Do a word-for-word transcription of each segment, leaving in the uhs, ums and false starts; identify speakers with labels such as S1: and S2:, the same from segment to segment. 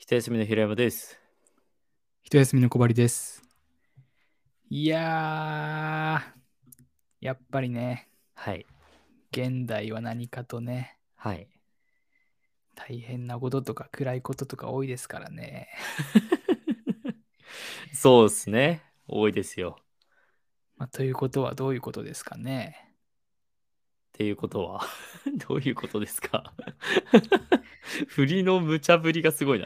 S1: 一休みの平山です。
S2: 一休みの小針です。いやー、やっぱりね、
S1: はい。
S2: 現代は何かとね、
S1: はい。
S2: 大変なこととか暗いこととか多いですからね。
S1: そうですね。多いですよ。
S2: まあ、ということはどういうことですかね。
S1: っていうことはどういうことですか？振りの無茶ぶりがすごいな。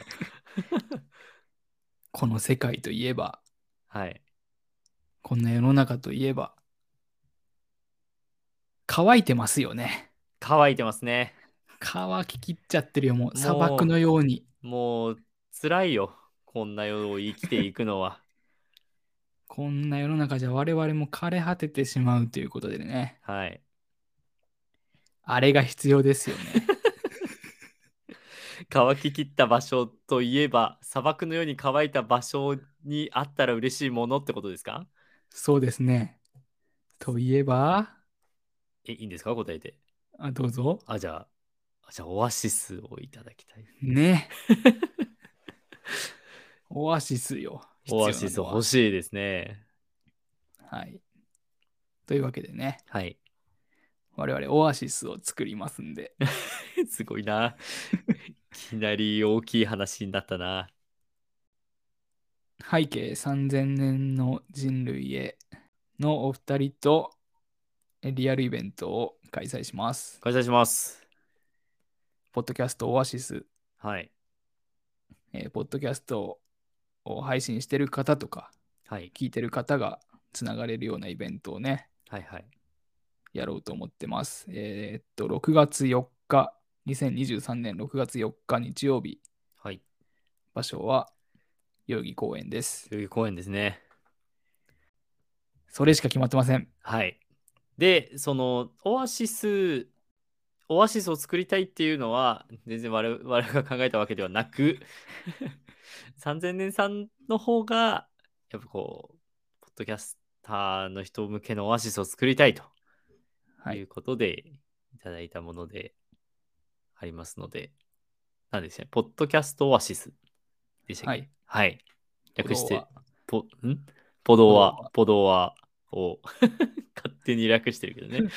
S2: この世界といえば、
S1: はい。
S2: こんな世の中といえば、乾いてますよね。
S1: 乾いてますね。
S2: 乾ききっちゃってるよ、もう砂漠
S1: も
S2: のように。
S1: う、もう、辛いよ。こんな世を生きていくのは。
S2: こんな世の中じゃ我々も枯れ果ててしまうということでね。
S1: はい。
S2: あれが必要ですよね。
S1: 乾ききった場所といえば、砂漠のように乾いた場所にあったら嬉しいものってことですか？
S2: そうですね。といえば、
S1: え、いいんですか答えて。
S2: あ、どうぞ。
S1: あ、じゃあ、あじゃあ、オアシスをいただきたい。
S2: ね。オアシスよ。必
S1: オアシス
S2: 要なのは。
S1: 欲しいですね。
S2: はい。というわけでね、
S1: はい。
S2: 我々オアシスを作りますんで、
S1: すごいな。いきなり大きい話になったな。
S2: 背景さんぜんねんの人類へのお二人とリアルイベントを開催します。
S1: 開催します。
S2: ポッドキャストオアシス、
S1: はい。
S2: えーポッドキャストを配信してる方とか、
S1: はい。
S2: 聞いてる方がつながれるようなイベントをね、
S1: はいはい。
S2: やろうと思ってます。えーっと、ろくがつよっか、にせんにじゅうさんねんろくがつよっか日曜日、
S1: はい。
S2: 場所は代々木公園です。
S1: 代々木公園ですね。
S2: それしか決まってません。
S1: はい。で、その、オアシス、オアシスを作りたいっていうのは、全然我々が考えたわけではなく、さんぜんねんさんの方が、やっぱこう、ポッドキャスターの人向けのオアシスを作りたいと
S2: はい。
S1: いうことでいただいたものでありますので、なんですね。ポッドキャストオアシスでしたっ
S2: はい。
S1: け？はい。
S2: 歩道は、
S1: 略して、ポ、んポドワ、
S2: 歩道は、
S1: ポドワを勝手に略してるけどね。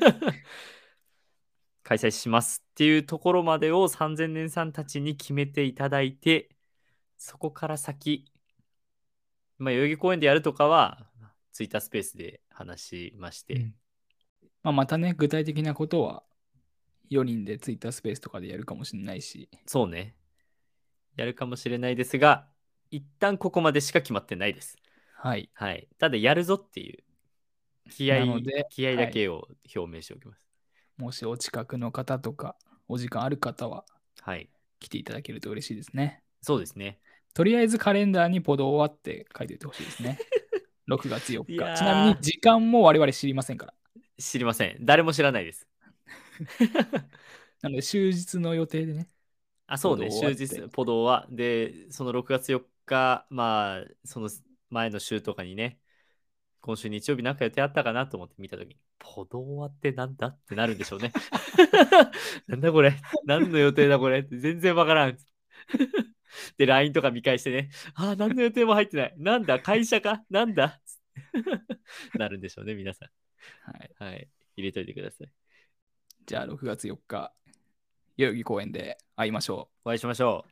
S1: 開催しますっていうところまでをさんぜんねんさんたちに決めていただいて、そこから先、まあ、代々木公園でやるとかは、ツイッタースペースで話しまして、
S2: うんまあ、またね、具体的なことはよにんでツイッタースペースとかでやるかもしれないし、
S1: そうね、やるかもしれないですが、一旦ここまでしか決まってないです。
S2: はい。
S1: はい。ただ、やるぞっていう気合、
S2: なので、
S1: 気合だ
S2: はい。
S1: けを表明しておきます。
S2: もしお近くの方とか、お時間ある方は
S1: はい。
S2: 来ていただけると嬉しいですね。
S1: そうですね。
S2: とりあえずカレンダーにポド終わって書いておいてほしいですね。ろくがつ4
S1: い
S2: 日。ちなみに
S1: や
S2: 時間も我々知りませんから。
S1: ー、知りません。誰も知らないです。
S2: なので、終日の予定でね、
S1: あ、そ
S2: ポド
S1: うね、終日、
S2: 終わって。
S1: ポドは。で、そのろくがつよっか、まあ、その前の週とかにね、今週日曜日なんか予定あったかなと思って見たときに、ポドワってなんだってなるんでしょうね。なんだこれ何の予定だこれって全然わからん。で、ライン とか見返してね、ああ、何の予定も入ってない。なんだ会社かなんだなるんでしょうね、皆さ
S2: はい。
S1: ん。はい。入れといてください。
S2: じゃあ、ろくがつよっか、代々木公園で会いましょう。
S1: お会いしましょう。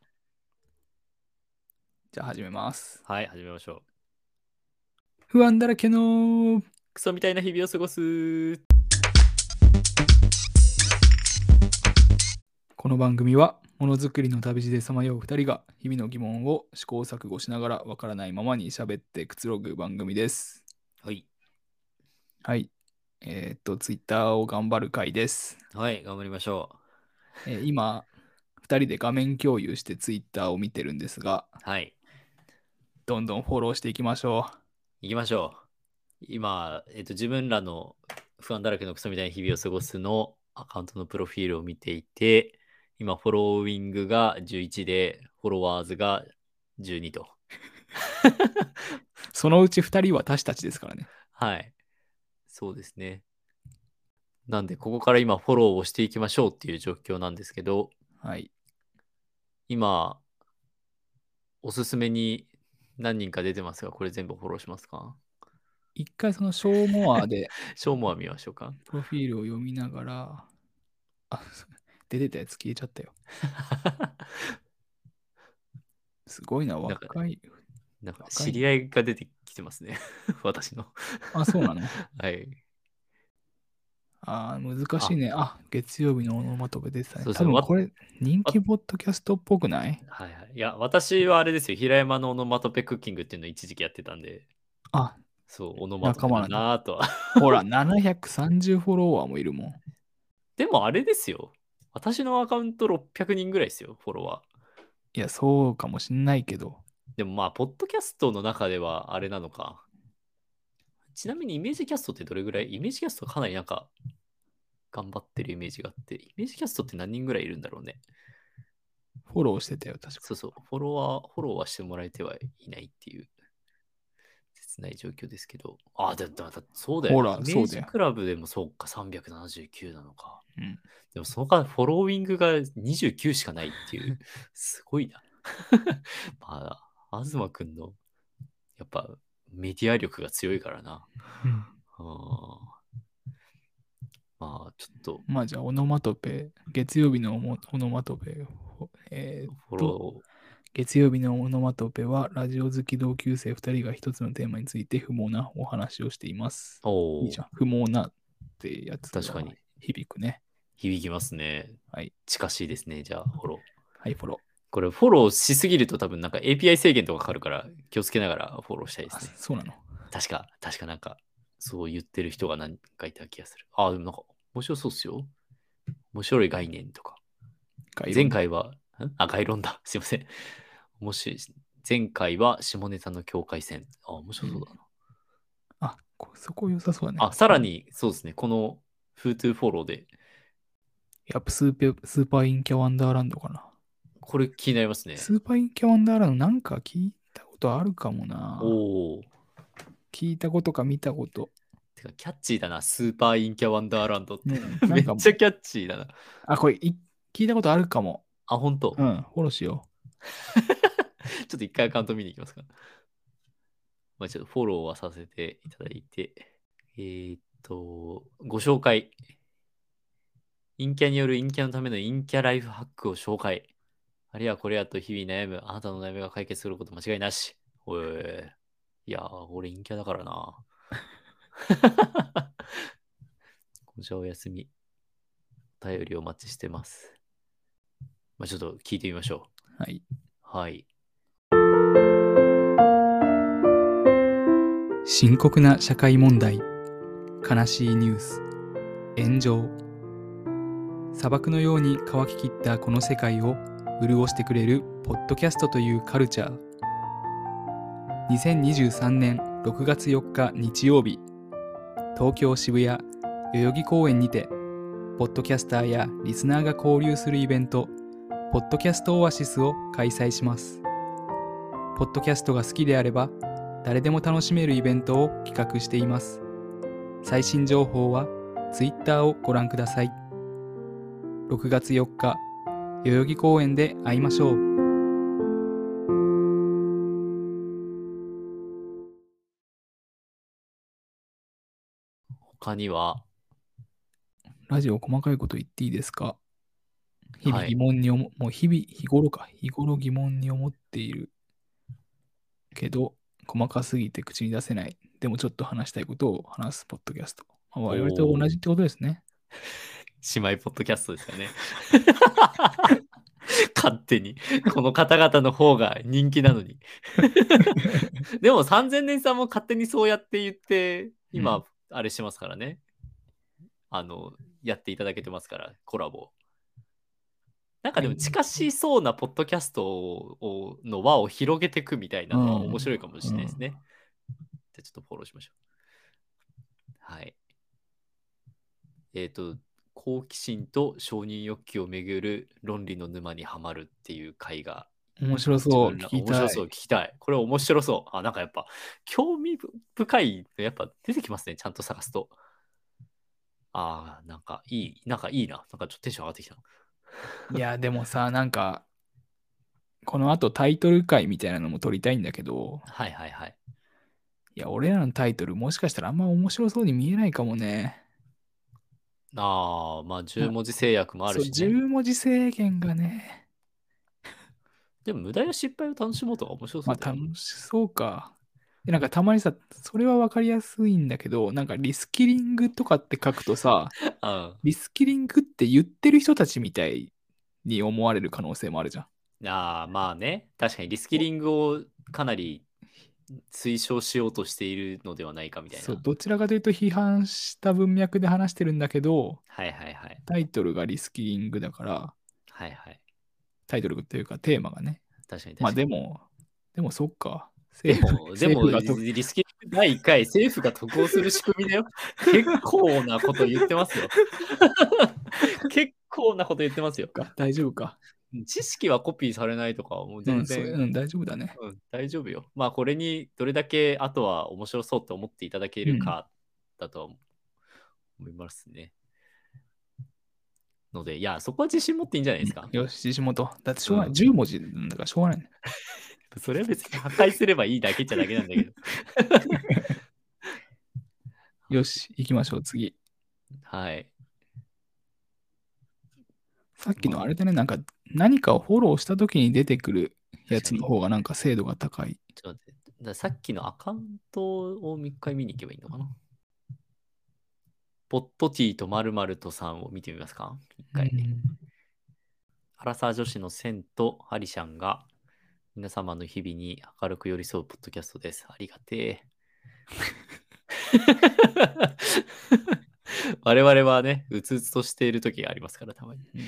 S2: じゃあ、始めます。
S1: はい、始めましょう。
S2: 不安だらけの
S1: クソみたいな日々を過ごす。
S2: この番組はものづくりの旅路でさまようふたりが日々の疑問を試行錯誤しながらわからないままに喋ってくつろぐ番組です。
S1: はい。
S2: はい。えーっと、ツイッターを頑張る回です。
S1: はい、頑張りましょ
S2: えー今、ふたりで画面共有してツイッターを見てるんですが、
S1: う。はい。
S2: どんどんフォローしていきましょ
S1: 行きましょう。今、えっと、自分らの不安だらけのクソみたいな日々を過ごすのアカウントのプロフィールを見ていて、今、フォローウィングがじゅういちで、フォロワーズがじゅうにと。
S2: う。そのうちふたりは私たちですからね。
S1: はい。そうですね。なんで、ここから今、フォローをしていきましょうっていう状況なんですけど、
S2: はい。
S1: 今、 おすすめに何人か出てますが、これ全部フォローしますか？
S2: 一回そのショーモアで
S1: ショーモア見ましょうか。
S2: プロフィールを読みながら、あ、出てたやつ消えちゃったよ。すごいな、
S1: なんか、
S2: 若い。
S1: なんか
S2: 若いね。
S1: 知り合いが出てきてますね。私の。
S2: あ、そうなの？
S1: はい。
S2: あー、難しい
S1: あ、
S2: ね。あ、月曜日のオノマトペでしたね。
S1: そうですね。わ、
S2: 多分これ、人気
S1: わ、
S2: ポッドキャストっぽくない？
S1: はいはい。いや、私はあれですよ。平山のオノマトペクッキングっていうのを一時期やってたんで、
S2: あ、
S1: そう、オノマトペだ
S2: 仲間なんだ。
S1: なぁとは。
S2: ほら、ななひゃくさんじゅうフォロワーもいるもん。
S1: でもあれですよ。私のアカウントろっぴゃくにんぐらいですよ、フォロワー。
S2: いや、そうかもしんないけど。
S1: でもまあ、ポッドキャストの中ではあれなのか。ちなみにイメージキャストってどれぐらい？イメージキャストかなりなんか頑張ってるイメージがあって、イメージキャストって何人ぐらいいるんだろうね。
S2: フォローしてたよ、確か。
S1: そうそう、フォロワー、フォローはしてもらえてはいないっていう切ない状況ですけど。あ、だ、だ、だ、そうだよね。
S2: ほら、
S1: イメー
S2: そうだよ。
S1: ジクラブでもそうか、さんびゃくななじゅうきゅうなのか。
S2: うん。
S1: でもその間、フォローイングがにじゅうきゅうしかないっていう、すごいな。まあ、東くんの、やっぱメディア力が強いからな。
S2: うん、
S1: あまあ、ちょっと、
S2: まあじゃあ、オノマトペ、月曜日のオモオノマトペ、えーっ
S1: フォ
S2: と、
S1: ロ
S2: 月曜日のオノマトペは、ラジオ好き同級生ふたりが一つのテーマについて不毛なお話をしています。
S1: ー、おー、
S2: いいじゃん。不毛なってやつが
S1: 確かに
S2: 響くね。
S1: 響きますね。
S2: はい。
S1: 近しいですね、じゃあ、フォロー。
S2: はい、フォロ
S1: これ、フォローしすぎると多分なんか エーピーアイ 制限とかかかるから気をつけながらフォローしたいで
S2: ー。あ、
S1: すね。
S2: そうなの。
S1: 確か、確かなんか、そう言ってる人が何かいた気がする。あ、でもなんか、面白そうっすよ。面白い概念とか。
S2: 概論だ。
S1: 前回は、んあ、概論だ。すいません。面白いですね。前回は下ネタの境界線。あ、面
S2: うん、
S1: 白そうだな。
S2: あ、こそこ良さそうだね。
S1: あ、さらに、そうですね。この、フートゥーフォローで、
S2: やっぱスーペスーパーインキャワンダーランドかな。
S1: これ気になりますね。
S2: スーパーインキャワンダーランドなんか聞いたことあるかもな。
S1: おー。
S2: 聞いたことか見たこと。
S1: てか、キャッチーだな。スーパーインキャワンダーランドって。
S2: ね、な
S1: め
S2: んか、
S1: っちゃキャッチーだな。
S2: あ、これい聞いたことあるかも。
S1: あ、本当。
S2: うん、フォローしよ
S1: ちょっと一回アカウント見に行きますか。まあ、ちょっとフォローはさせていただいて。えーっと、ご紹介。陰キャによる陰キャのための陰キャライフハックを紹介。あるいはこれやと日々悩むあなたの悩みが解決すること間違いなし。おい。いやー、俺陰キャだからな。じゃあおやすみ。お便りお待ちしてます。まあ、ちょっと聞いてみましょ
S2: う。はい。
S1: う。はい。
S2: 深刻な社会問題。悲しいニュース。炎上。砂漠のように乾ききったこの世界を潤してくれるポッドキャストというカルチャー。にせんにじゅうさんねんろくがつよっか日曜日、東京渋谷代々木公園にて、ポッドキャスターやリスナーが交流するイベント、ポッドキャストオアシスを開催します。ポッドキャストが好きであれば、誰でも楽しめるイベントを企画しています。最新情報はツイッターをご覧ください。ろくがつよっか、代々木公園で会いましょう。
S1: 他には、
S2: ラジオ細かいこと言っていいですか？日々疑
S1: はい。
S2: 問に思、もう日々、日頃か、日頃疑問に思っているけど、細かすぎて口に出せない。でもちょっと話したいことを話すポッドキャスト。まあ我々と
S1: おー、
S2: 同じってことですね。
S1: 姉妹ポッドキャストですよね。勝手に。この方々の方が人気なのに。でもさんぜんねんさんも勝手にそうやって言って、今、
S2: うん、
S1: あれしてますからね。あの、やっていただけてますから、コラボ。なんかでも近しそうなポッドキャストをの輪を広げていくみたいなのは面白いかもしれないですね。じゃあちょっとフォローしましょう。はい。えっ、と、好奇心と承認欲求をめぐる論理の沼にはまるっていう回が
S2: うん。面白そう。聞
S1: 自分ら
S2: きたい。
S1: 面白そう、聞きたい。これ面白そう。あ、なんかやっぱ興味深いのやっぱ出てきますね、ちゃんと探すと。ああ、なんかいい、なんかいいな。なんかちょっとテンション上がってきた。
S2: いや、でもさ、なんか、 この後タイトル会みたいなのも取りたいんだけど、
S1: はいはいはい。
S2: いや、俺らのタイトルもしかしたらあんま面白そうに見えないかもね。
S1: ああ、まあ
S2: まあ、
S1: じゅう文字制約もある
S2: そう、
S1: しね。
S2: じゅう文字制限がね。
S1: でも無駄や失敗を楽しもうとか面白そ
S2: ま
S1: うだよ。
S2: あ楽しそうか。で、なんかたまにさ、それはわかりやすいんだけど、なんかリスキリングとかって書くとさ、
S1: うん。
S2: リスキリングって言ってる人たちみたいに思われる可能性もあるじゃん。
S1: ああ、まあね。確かにリスキリングをかなり推奨しようとしているのではないかみたい
S2: そう、
S1: な。
S2: どちらかというと批判した文脈で話してるんだけど、
S1: はいはいはい。
S2: タイトルがリスキリングだから、
S1: はいはい。
S2: タイトルっていうかテーマがね。まあ
S1: 確かに確かに。
S2: でも、でもそっか。政府、
S1: でも、でも、
S2: 政府がと、
S1: リスキリングだいいっかい政府が得をする仕組みだよ。結構なこと言ってますよ。結構なこと言ってますよ。
S2: か、大丈夫か。
S1: 知識はコピーされないとかはもう
S2: うん、そう、
S1: 全然、
S2: うん、大丈夫だね。
S1: うん、大丈夫よ。まあこれにどれだけあとは面白そうって思っていただけ
S2: うん。
S1: るかだとは思いますね。ので、いや、そこは自信持っていいんじゃないですか。
S2: よし、自信元。だってしょうがない。
S1: うん。
S2: じゅう文字なんだからしょうがないね。
S1: それは別に破壊すればいいだけっちゃだけなんだけど。
S2: よし、行きましょう、次。
S1: はい。
S2: さっき
S1: まあ、
S2: のあれだね、なんか何かをフォローした時に出てくるやつ
S1: 確かに。
S2: の方がなんか精度が高い。
S1: ちょっと待って。だからさっきのアカウントをもう一回見に行けばいいのかな。ポットティーとまるまるとさんを見てみますか一
S2: う
S1: 回。
S2: ん。
S1: アラサー女子のセンとハリシャンが皆様の日々に明るく寄り添うポッドキャストです。ありがてえ。我々はね、うつうつとしている時がありますから、たまに。
S2: うん、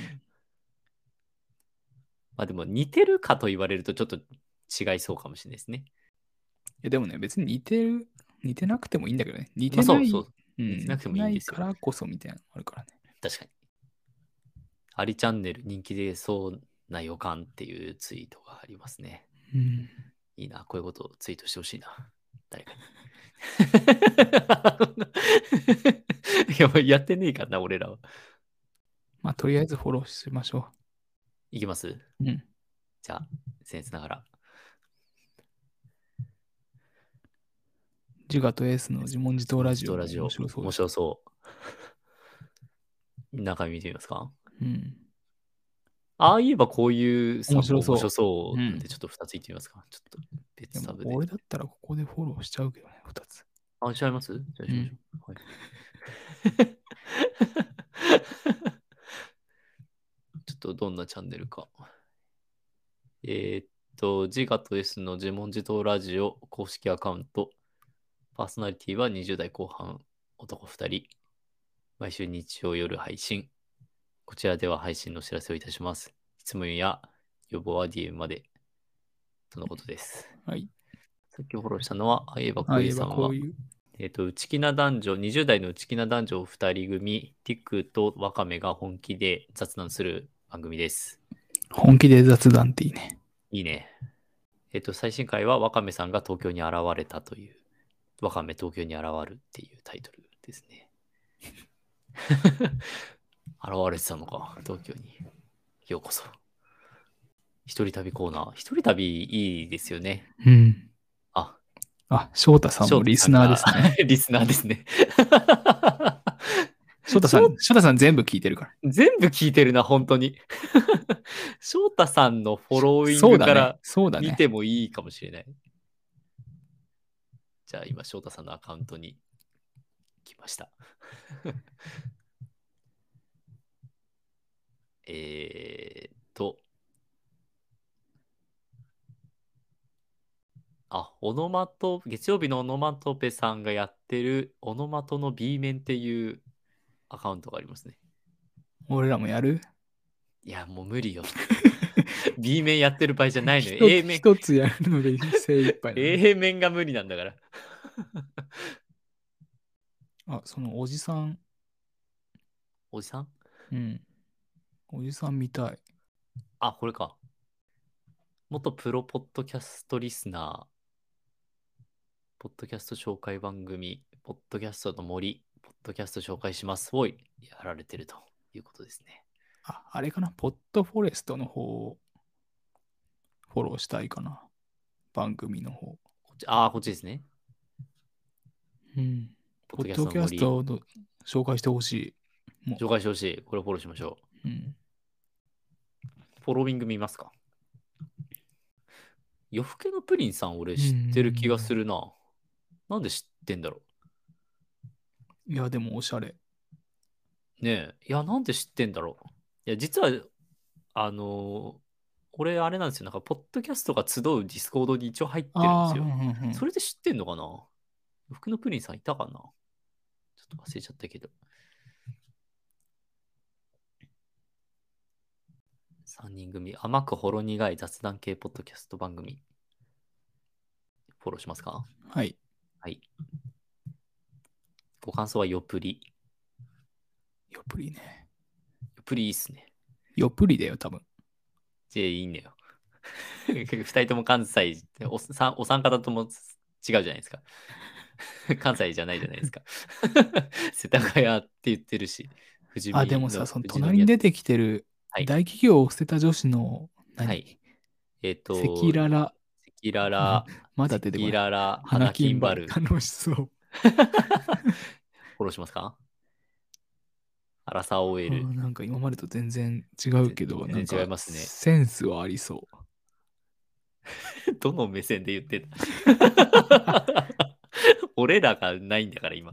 S1: まあでも似てるかと言われるとちょっと違いそうかもしれないですね。
S2: いやでもね、別に似てる、似てなくてもいいんだけどね。似
S1: まあ
S2: てない、
S1: そうそう。
S2: うん、
S1: 似てなくて
S2: 似てない
S1: もいいんですよ。
S2: からこそみたいなのあるからね。
S1: 確かに。アリチャンネル人気出そうな予感っていうツイートがありますね。
S2: うん。
S1: いいな、こういうことをツイートしてほしいな。誰かに。いや、やってねえかな、俺らは。
S2: まあ、とりあえずフォローしましょ
S1: いきます
S2: う。うん。
S1: じゃあ、僭越ながら。
S2: ジガとエースの自問自答ラジオも面
S1: ラジオ、面
S2: 白そうです。
S1: 白そう。中身見てみますか。
S2: うん。
S1: ああ言えばこういうさ
S2: 面
S1: んも面白
S2: 白そう。うん。
S1: そうなんで、ちょっとふたついってみますか。ちょっと
S2: でも、
S1: 別タブで。
S2: 俺だったらここでフォローしちゃうけどね、ふたつ。
S1: あ、違いますじゃあしましょ
S2: うん。
S1: う。はい、ちょっとどんなチャンネルか。えーっと、ジガと S の自問自答ラジオ公式アカウント。パーソナリティはにじゅう代後半男ふたり。毎週日曜夜配信。こちらでは配信のお知らせをいたします。質問や予防は ディーエム まで。とのことです。
S2: はい。
S1: さっきフォローしたのは、あいえばこ
S2: ああ言え
S1: ういうさんは、
S2: ばこういう。
S1: えっ、と、内気な男女、にじゅう代の内気な男女ふたり組、ティックとワカメが本気で雑談する番組です。
S2: 本気で雑談っていいね。
S1: いいね。えっ、と、最新回はワカメさんが東京に現れたという、ワカメ東京に現るっていうタイトルですね。現れてたのか、東京に。ようこそ。一人旅コーナー。一人旅いいですよね。
S2: うん。
S1: あ、
S2: あ、翔太さん
S1: 翔
S2: もリス
S1: 太さんが
S2: ナーですね。
S1: リスナーですね。
S2: 翔太さん、
S1: 翔
S2: 翔太さん全部聞いてるから。
S1: 全部聞いてるな、本当に。翔太さんのフォローイン
S2: そうだね。
S1: グから
S2: そうだね。
S1: 見てもいいかもしれない。じゃあ今、翔太さんのアカウントに来ました。えーっと、あ、オノマト、月曜日のオノマトペさんがやってるオノマトの B 面っていうアカウントがありますね。
S2: 俺らもやる
S1: いや、もう無理よ。B 面やってる場合じゃないのよ。
S2: 一
S1: A
S2: つ
S1: 面、
S2: 一つやるので精一杯なの。
S1: A 面が無理なんだから。
S2: あ、そのおじさん、
S1: おじさん
S2: うん。おじさん見たい。
S1: あ、これか。元プロポッドキャストリスナー、ポッドキャスト紹介番組、ポッドキャストの森、ポッドキャスト紹介しますをやられてるということですね。
S2: あ、あれかなポッドフォレストの方をフォローしたいかな。番組の方。
S1: こっちああ、こっちですね。
S2: うん。
S1: ポ
S2: ポッドキャス
S1: ッドキャストの森。
S2: トを紹介してほしい。も
S1: 紹介してほしい。これフォローしましょ
S2: う。うん。
S1: う。フォローイング見ますか？夜更けのプリンさん、俺知ってる気がするな。なんで知ってんだろ
S2: いや、でもおしゃれ。
S1: う。ねえ。いや、なんで知ってんだろう。いや、実は、あのー俺、あれなんですよ。なんか、ポッドキャストが集うディスコードに一応入ってるんで
S2: ああ、
S1: すよ。
S2: うんうんうん。
S1: それで知ってんのかな？夜更けのプリンさんいたかな？ちょっと忘れちゃったけど。さんにん組。甘くほろ苦い雑談系ポッドキャスト番組。フォローしますか？
S2: はい。
S1: はい。ご感想はよプリ。
S2: よプリね。
S1: よプリいいっすね。
S2: よプリだよ、多分。
S1: じゃあいいんだよ。二人とも関西おさん、お三方とも違うじゃないですか。関西じゃないじゃないですか。世田谷って言ってるし、富士
S2: あ、で
S1: 見の
S2: もさ、その
S1: 富士宮。
S2: 隣に出てきてる
S1: はい。
S2: 大企業を捨てた女子の何、
S1: はい。えっ、
S2: 赤
S1: と、
S2: 裸々、
S1: 赤裸々、
S2: まだ出てこない。
S1: 赤裸々、
S2: 花
S1: 花
S2: 金バル。
S1: 金バル。
S2: 楽しそう。
S1: フォローしますか？アラサー
S2: あ
S1: オーエル。
S2: ーなんか今までと全然違うけど、なん
S1: 全然違い
S2: か
S1: ますね。
S2: センスはありそう。
S1: どの目線で言ってた？俺らがないんだから今。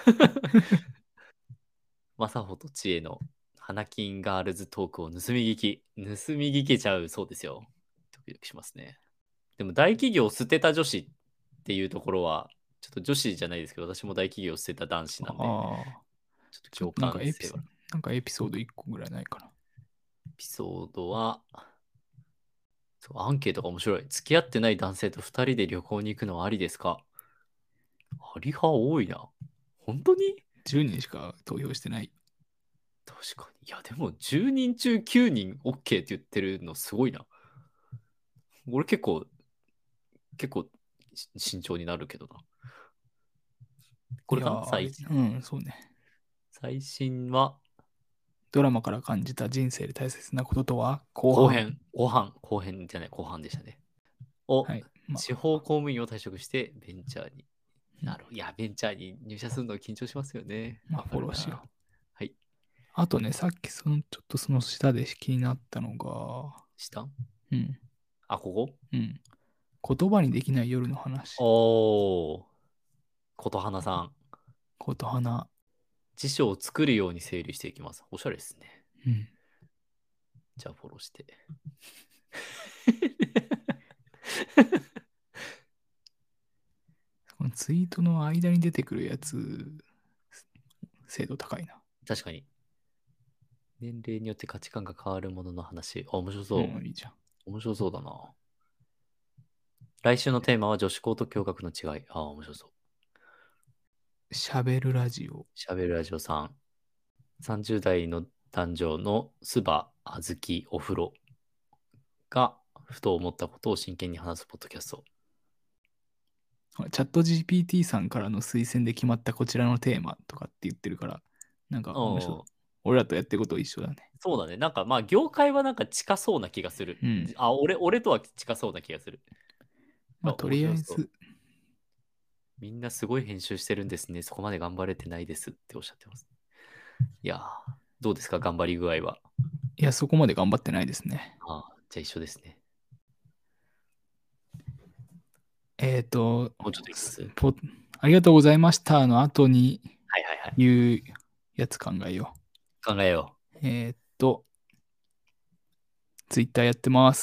S1: マサホと知恵の花金ガールズトークを盗み聞き。盗み聞けちゃうそうですよ。ドキドキしますね。でも大企業を捨てた女子っていうところは、ちょっと女子じゃないですけど、私も大企業を捨てた男子なんで、
S2: ああ、
S1: ちょっと共
S2: ちょっとなんか
S1: 感性は。
S2: エピソなんかエピソードいっこぐらいないかな。
S1: エピソードは、そうアンケートが面白い。付き合ってない男性とふたりで旅行に行くのはありですか？あり派多いな。本当に？
S2: じゅうにんしか投票してない。
S1: 確かに。いや、でもじゅうにん中きゅうにん OK って言ってるのすごいな。俺結構、結構し慎重になるけどな。これか
S2: いやー、あれ、
S1: な最近。
S2: うん、そうね。
S1: 最新は
S2: ドラマから感じた人生で大切なこととは後半。
S1: 後編。後半。後編じゃない、後半でしたね。を、
S2: はい。ま
S1: 地方公務員を退職してベンチャーに。
S2: うん
S1: なるほど。いや、ベンチャーに入社するの緊張しますよね。
S2: まあ、
S1: わかるな。
S2: フォローしよう。
S1: はい。
S2: あとね、さっきその、ちょっとその下で気になったのが、
S1: 下
S2: うん、
S1: あ、ここ
S2: うん。言葉にできない夜の話。
S1: おー。琴花さん。
S2: こと花。
S1: 辞書を作るように整理していきます。おしゃれですね。
S2: うん。
S1: じゃあフォローして。
S2: このツイートの間に出てくるやつ、精度高いな。
S1: 確かに。年齢によって価値観が変わるものの話。あ、面白
S2: う
S1: そ
S2: ん、いいじゃん。
S1: う。面白そうだな。来週のテーマは女子校と共学の違い。あ、面白そう。
S2: 喋るラジオ。
S1: しゃべるラジオさん。さんじゅう代の男女のスバ、あずき、お風呂がふと思ったことを真剣に話すポッドキャスト。
S2: チャット ジーピーティー さんからの推薦で決まったこちらのテーマとかって言ってるから、なんか面白い。
S1: うん
S2: 俺らとやってること一緒だね。
S1: そうだね。なんかまあ業界はなんか近そうな気がする。
S2: うん。
S1: あ、俺、俺とは近そうな気がする。
S2: まあ、
S1: あ、
S2: と
S1: 面白そう。
S2: りあえず、
S1: みんなすごい編集してるんですね。そこまで頑張れてないですっておっしゃってます。いやー、どうですか、頑張り具合は。
S2: いや、そこまで頑張ってないですね。
S1: ああ、じゃあ一緒ですね。
S2: えっ、ー、と
S1: もうちょっといきます
S2: ポ、ありがとうございましたの後に
S1: はいはいはい。
S2: 言うやつ考えよ
S1: 考えよ
S2: う。えっ、ー、と、ツイッターやってます。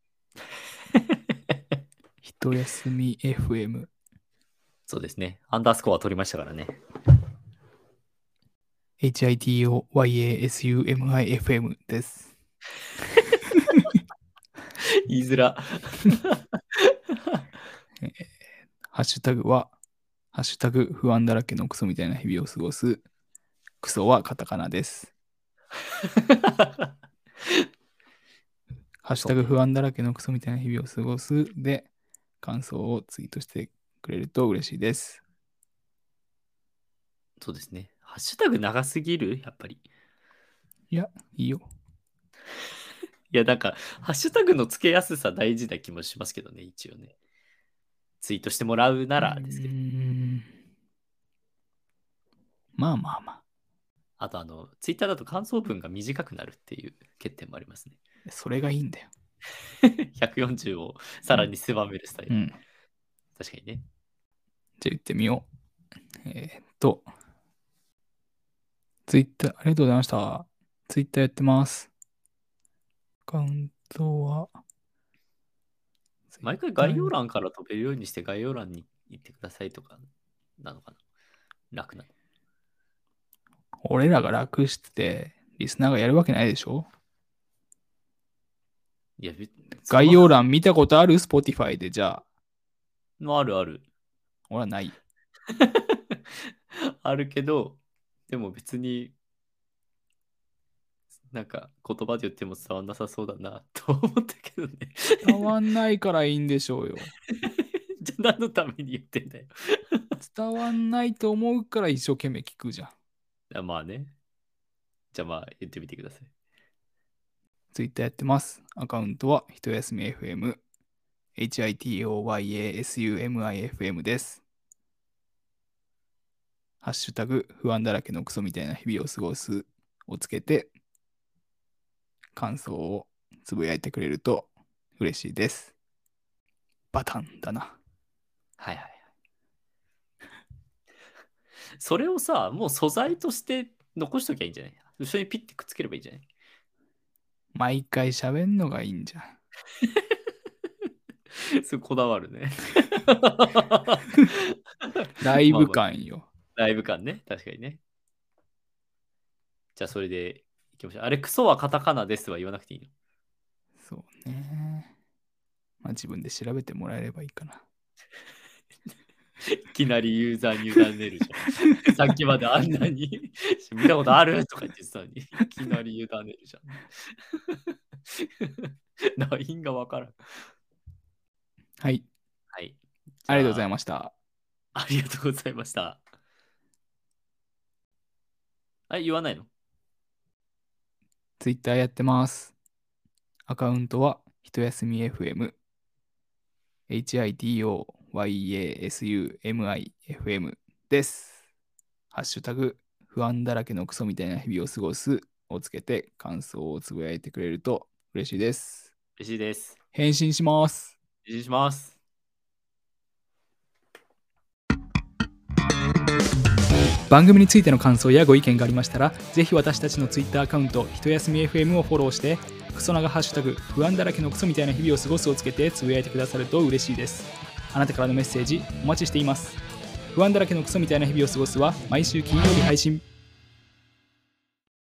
S2: ひとやすみ エフエム。
S1: そうですね。アンダースコア取りましたからね。
S2: エイチアイティーオーワイエーエスユーエムアイエフエム です。
S1: 言いづら。
S2: えーハッシュタグは、ハッシュタグ不安だらけのクソみたいな日々を過ごす。クソはカタカナです。ハッシュタグ不安だらけのクソみたいな日々を過ごすで、感想をツイートしてくれると嬉しいです。
S1: そうですね。ハッシュタグ長すぎるやっぱり。
S2: いや、いいよ。
S1: いや、なんか、ハッシュタグの付けやすさ大事な気もしますけどね、一応ね。ツイートしてもらうならですけど。
S2: まあまあまあ。
S1: あと、あの、ツイッターだと感想文が短くなるっていう欠点もありますね。
S2: それがいいんだよ。
S1: ひゃくよんじゅうをさらに狭めるスタイル。
S2: うん。
S1: 確かにね。
S2: じゃあ言ってみよう。えー、っと、ツイッター、ありがとうございました。ツイッターやってます。アカウントは、
S1: 毎回概要欄から飛べるようにして概要欄に行ってくださいとかなのかな。楽なの。
S2: 俺らが楽してて、リスナーがやるわけないでしょ。
S1: いや、
S2: 概要欄見たことある ?Spotify でじゃ
S1: あ。あるある。
S2: 俺はない。
S1: あるけど、でも別に、なんか言葉で言っても伝わんなさそうだなと思ったけどね。
S2: 伝わんないからいいんでしょうよ。
S1: じゃあ何のために言ってんだよ。
S2: 伝わんないと思うから一生懸命聞くじゃん。
S1: あまあね。じゃあまあ言ってみてください。
S2: ツイッターやってます。アカウントはひとやすみ エフエム、エイチアイティーオーワイエーエスユーエムアイエフエム です。ハッシュタグ不安だらけのクソみたいな日々を過ごすをつけて感想をつぶやいてくれると嬉しいです。バタンだな。
S1: はいはいはい。それをさ、もう素材として残しときゃいいんじゃない？後ろにピッてくっつければいいんじゃない？
S2: 毎回喋んのがいいんじゃん。
S1: それこだわるね。
S2: ライブ感よ。
S1: まあまあ、ライブ感ね。確かにね。じゃあそれでいきましょう。あれ、クソはカタカナですは言わなくていいの？
S2: そうね。まあ自分で調べてもらえればいいかな。
S1: いきなりユーザーに委ねるじゃん。さっきまであんなに見たことあるとか言ってたのに、いきなり委ねるじゃん。ライン がわからん。
S2: はい。
S1: はい。
S2: ありがとうござい
S1: ま
S2: ました。
S1: ありがとうございました。あれ、言わないの？
S2: ツイッターやってます。アカウントはひとやすみ エフエム、エイチアイティーオーワイエーエスユーエムアイエフエム です。ハッシュタグ不安だらけのクソみたいな日々を過ごすをつけて感想をつぶやいてくれると嬉しいです。
S1: 嬉しいです。
S2: 返信します。
S1: 返信します。
S2: 番組についての感想やご意見がありましたら、ぜひ私たちのツイッターアカウントひとやすみ エフエム をフォローして、クソ長ハッシュタグ不安だらけのクソみたいな日々を過ごすをつけてつぶやいてくださると嬉しいです。あなたからのメッセージお待ちしています。不安だらけのクソみたいな日々を過ごすは毎週金曜日配信。